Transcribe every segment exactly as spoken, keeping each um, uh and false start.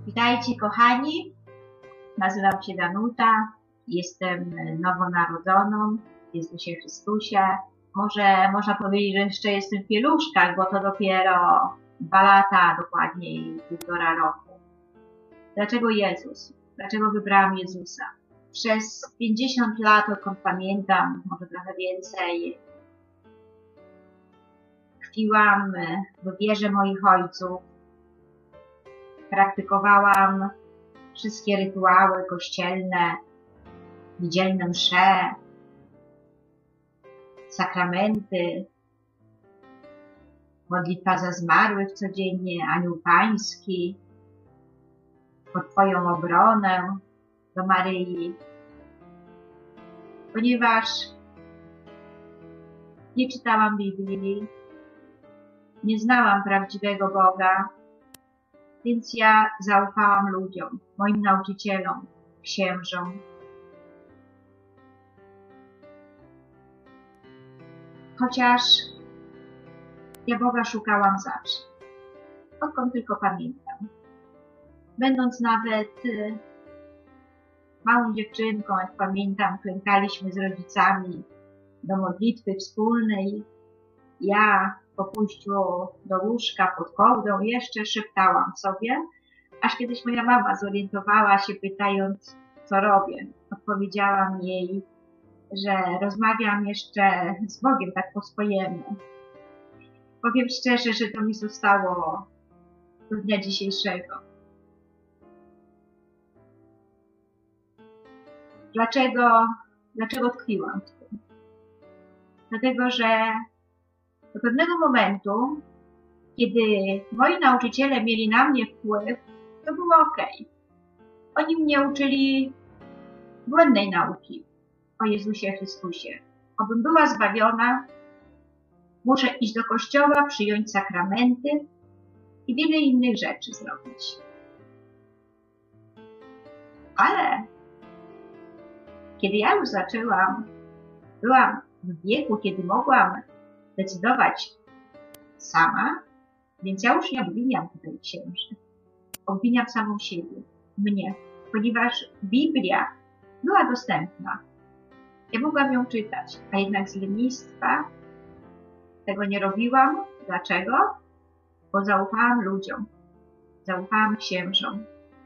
Witajcie kochani, nazywam się Danuta, jestem nowonarodzoną w Jezusie Chrystusie. Może można powiedzieć, że jeszcze jestem w pieluszkach, bo to dopiero dwa lata, dokładniej półtora roku. Dlaczego Jezus? Dlaczego wybrałam Jezusa? Przez pięćdziesiąt lat, odkąd pamiętam, może trochę więcej, tkwiłam w wierze moich ojców, praktykowałam wszystkie rytuały kościelne, niedzielne msze, sakramenty, modlitwa za zmarłych codziennie, Anioł Pański, pod Twoją obronę do Maryi, ponieważ nie czytałam Biblii, nie znałam prawdziwego Boga, więc ja zaufałam ludziom, moim nauczycielom, księżom. Chociaż ja Boga szukałam zawsze, odkąd tylko pamiętam. Będąc nawet małą dziewczynką, jak pamiętam, klękaliśmy z rodzicami do modlitwy wspólnej. Ja po pójściu do łóżka pod kołdą jeszcze szeptałam sobie, aż kiedyś moja mama zorientowała się, pytając, co robię. Odpowiedziałam jej, że rozmawiam jeszcze z Bogiem tak po swojemu. Powiem szczerze, że to mi zostało do dnia dzisiejszego. Dlaczego, dlaczego tkwiłam w tym? Dlatego, że do pewnego momentu, kiedy moi nauczyciele mieli na mnie wpływ, to było ok. Oni mnie uczyli błędnej nauki o Jezusie Chrystusie. Abym była zbawiona, muszę iść do kościoła, przyjąć sakramenty i wiele innych rzeczy zrobić. Ale kiedy ja już zaczęłam, byłam w wieku, kiedy mogłam decydować sama, więc ja już nie obwiniam tutaj księży. Obwiniam samą siebie, mnie, ponieważ Biblia była dostępna. Ja mogłam ją czytać, a jednak z lenistwa tego nie robiłam. Dlaczego? Bo zaufałam ludziom, zaufałam księżom.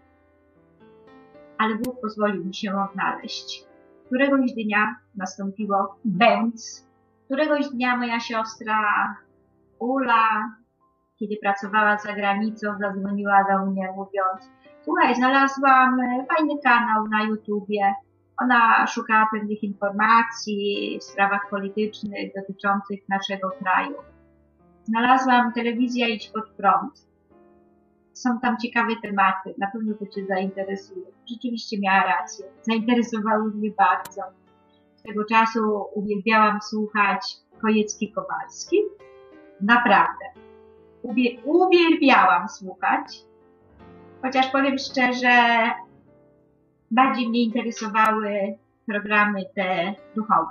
Ale Bóg pozwolił mi się odnaleźć. Któregoś dnia nastąpiło bęc. Któregoś dnia moja siostra Ula, kiedy pracowała za granicą, zadzwoniła do mnie mówiąc: słuchaj, znalazłam fajny kanał na YouTubie. Ona szukała pewnych informacji w sprawach politycznych dotyczących naszego kraju. Znalazłam telewizję Idź Pod Prąd. Są tam ciekawe tematy, na pewno to Cię zainteresuje. Rzeczywiście miała rację, zainteresowały mnie bardzo. Z tego czasu uwielbiałam słuchać Chojecki-Kowalski. Naprawdę. Ubie uwielbiałam słuchać. Chociaż powiem szczerze, bardziej mnie interesowały programy te duchowe.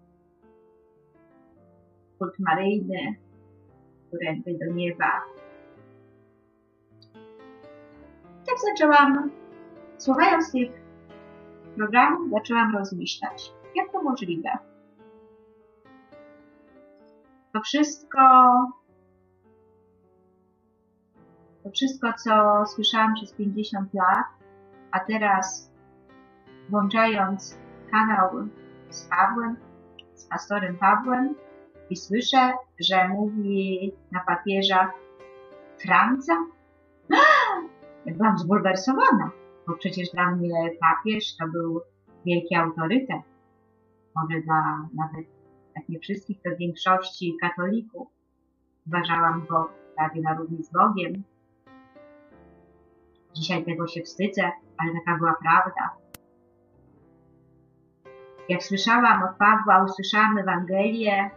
Kult Maryjny, Którędy do nieba. Tak zaczęłam, słuchając tych programów, zaczęłam rozmyślać, jak to możliwe. To wszystko, to wszystko, co słyszałam przez pięćdziesiąt lat, a teraz włączając kanał z Pawłem, z pastorem Pawłem i słyszę, że mówi na papieża Franca. Ja byłam zbulwersowana, bo przecież dla mnie papież to był wielki autorytet. Może dla nawet, jak nie wszystkich, to większości katolików. Uważałam go prawie na równi z Bogiem. Dzisiaj tego się wstydzę, ale taka była prawda. Jak słyszałam od Pawła, usłyszałam Ewangelię,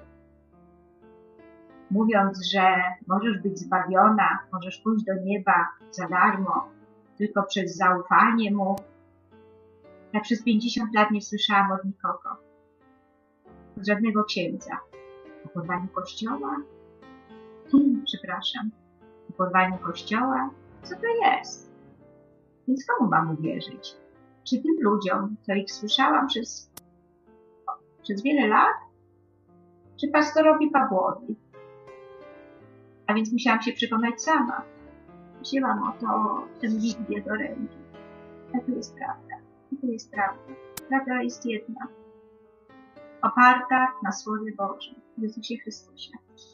mówiąc, że możesz być zbawiona, możesz pójść do nieba za darmo, tylko przez zaufanie Mu. Ja przez pięćdziesiąt lat nie słyszałam od nikogo, od żadnego księdza. O porwaniu Kościoła? Hmm, przepraszam. O porwaniu Kościoła? Co to jest? Więc komu mam uwierzyć? Czy tym ludziom, co ich słyszałam przez, przez wiele lat? Czy pastorowi Pawłowi? A więc musiałam się przekonać sama. Wzięłam oto tę Biblię do ręki. A to jest prawda. I to jest prawda. Prawda jest jedna. Oparta na Słowie Bożym, w Jezusie Chrystusie.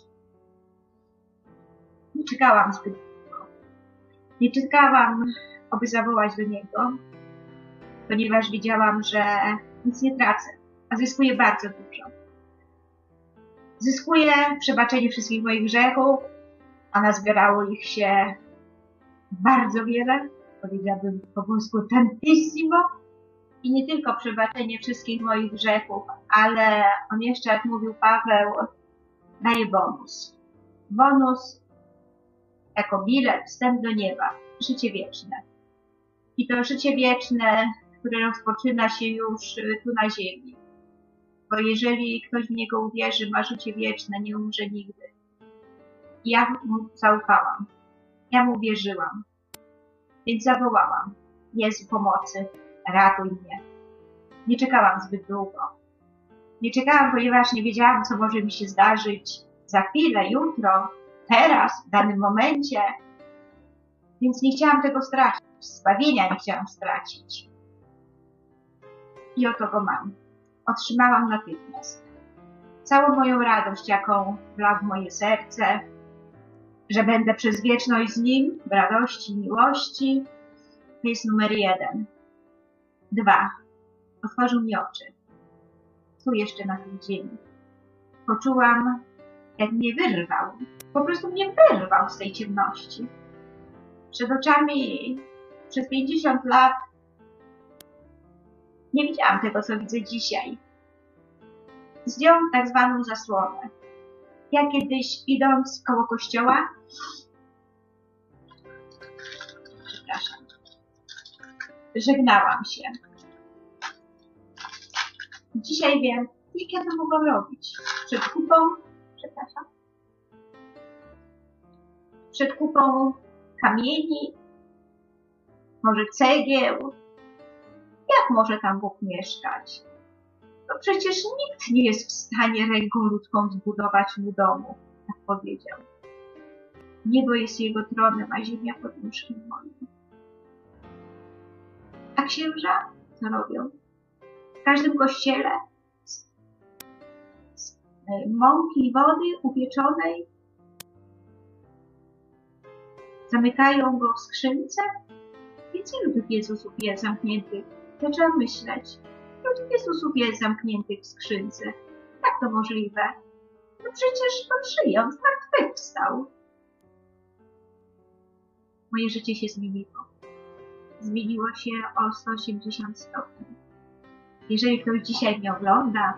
Nie czekałam zbyt długo. Nie czekałam, aby zawołać do Niego, ponieważ wiedziałam, że nic nie tracę, a zyskuję bardzo dużo. Zyskuję przebaczenie wszystkich moich grzechów, a nazbierało ich się bardzo wiele, powiedziałabym po polsku tantissimo. I nie tylko przebaczenie wszystkich moich grzechów, ale on jeszcze, jak mówił Paweł, daje bonus. Bonus jako bilet, wstęp do nieba, życie wieczne. I to życie wieczne, które rozpoczyna się już tu na ziemi. Bo jeżeli ktoś w Niego uwierzy, ma życie wieczne, nie umrze nigdy. I ja Mu zaufałam. Ja Mu wierzyłam. Więc zawołałam: Jezu, pomocy, ratuj mnie. Nie czekałam zbyt długo. Nie czekałam, ponieważ nie wiedziałam, co może mi się zdarzyć za chwilę, jutro, teraz, w danym momencie. Więc nie chciałam tego stracić. Zbawienia nie chciałam stracić. I oto go mam. Otrzymałam natychmiast. Całą moją radość, jaką wlał w moje serce, że będę przez wieczność z Nim, w radości, miłości, to jest numer jeden. Dwa. Otworzył mi oczy. Tu jeszcze na tej ziemi. Poczułam, jak mnie wyrwał. Po prostu mnie wyrwał z tej ciemności. Przed oczami przez pięćdziesiąt lat nie widziałam tego, co widzę dzisiaj. Zdjął tak zwaną zasłonę. Ja kiedyś, idąc koło kościoła, przepraszam, żegnałam się. Dzisiaj wiem, jak ja to mogłam robić. Przed kupą, przepraszam, przed kupą kamieni, może cegieł. Jak może tam Bóg mieszkać? No przecież nikt nie jest w stanie ręką ludzką zbudować mu domu, tak powiedział. Niebo jest jego tronem, a ziemia pod nóżkiem moim. A księża co robią? W każdym kościele z, z mąki i wody upieczonej zamykają go w skrzynce? Wiecie, ilu tych Jezusów jest zamkniętych? Zaczęłam myśleć. Ilu tych Jezusów jest zamkniętych w skrzynce? Jak to możliwe? No przecież on żyje, on zmartwychwstał. Moje życie się zmieniło. Zmieniło się o sto osiemdziesiąt stopni. Jeżeli ktoś dzisiaj mnie ogląda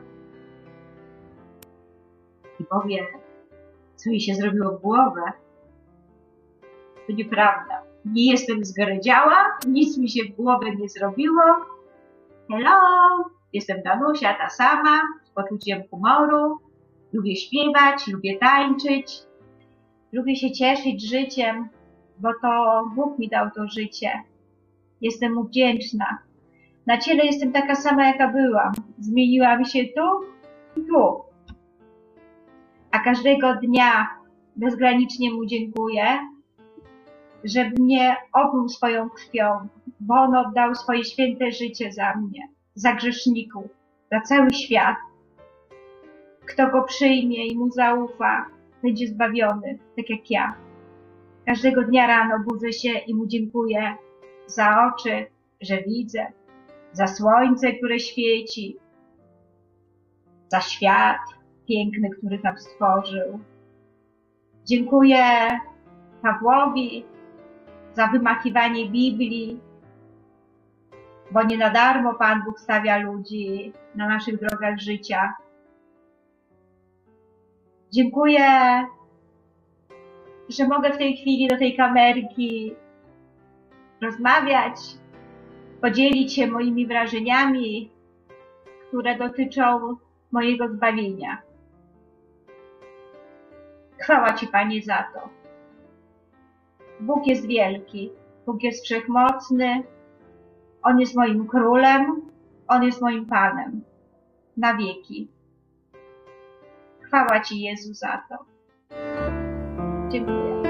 i powie, co mi się zrobiło w głowę, to nieprawda. Nie jestem zgardziała, nic mi się w głowę nie zrobiło. Hello, jestem Danusia, ta sama, z poczuciem humoru. Lubię śpiewać, lubię tańczyć. Lubię się cieszyć życiem, bo to Bóg mi dał to życie. Jestem Mu wdzięczna. Na ciele jestem taka sama, jaka byłam. Zmieniłam się tu i tu. A każdego dnia bezgranicznie Mu dziękuję, że mnie obmył swoją krwią, bo On oddał swoje święte życie za mnie, za grzeszników, za cały świat. Kto Go przyjmie i Mu zaufa, będzie zbawiony, tak jak ja. Każdego dnia rano budzę się i Mu dziękuję za oczy, że widzę, za słońce, które świeci, za świat piękny, który tam stworzył. Dziękuję Pawłowi za wymachiwanie Biblii, bo nie na darmo Pan Bóg stawia ludzi na naszych drogach życia. Dziękuję, że mogę w tej chwili do tej kamerki rozmawiać, podzielić się moimi wrażeniami, które dotyczą mojego zbawienia. Chwała Ci, Panie, za to. Bóg jest wielki. Bóg jest wszechmocny, On jest moim królem, On jest moim Panem na wieki. Chwała Ci, Jezu, za to. Dziękuję.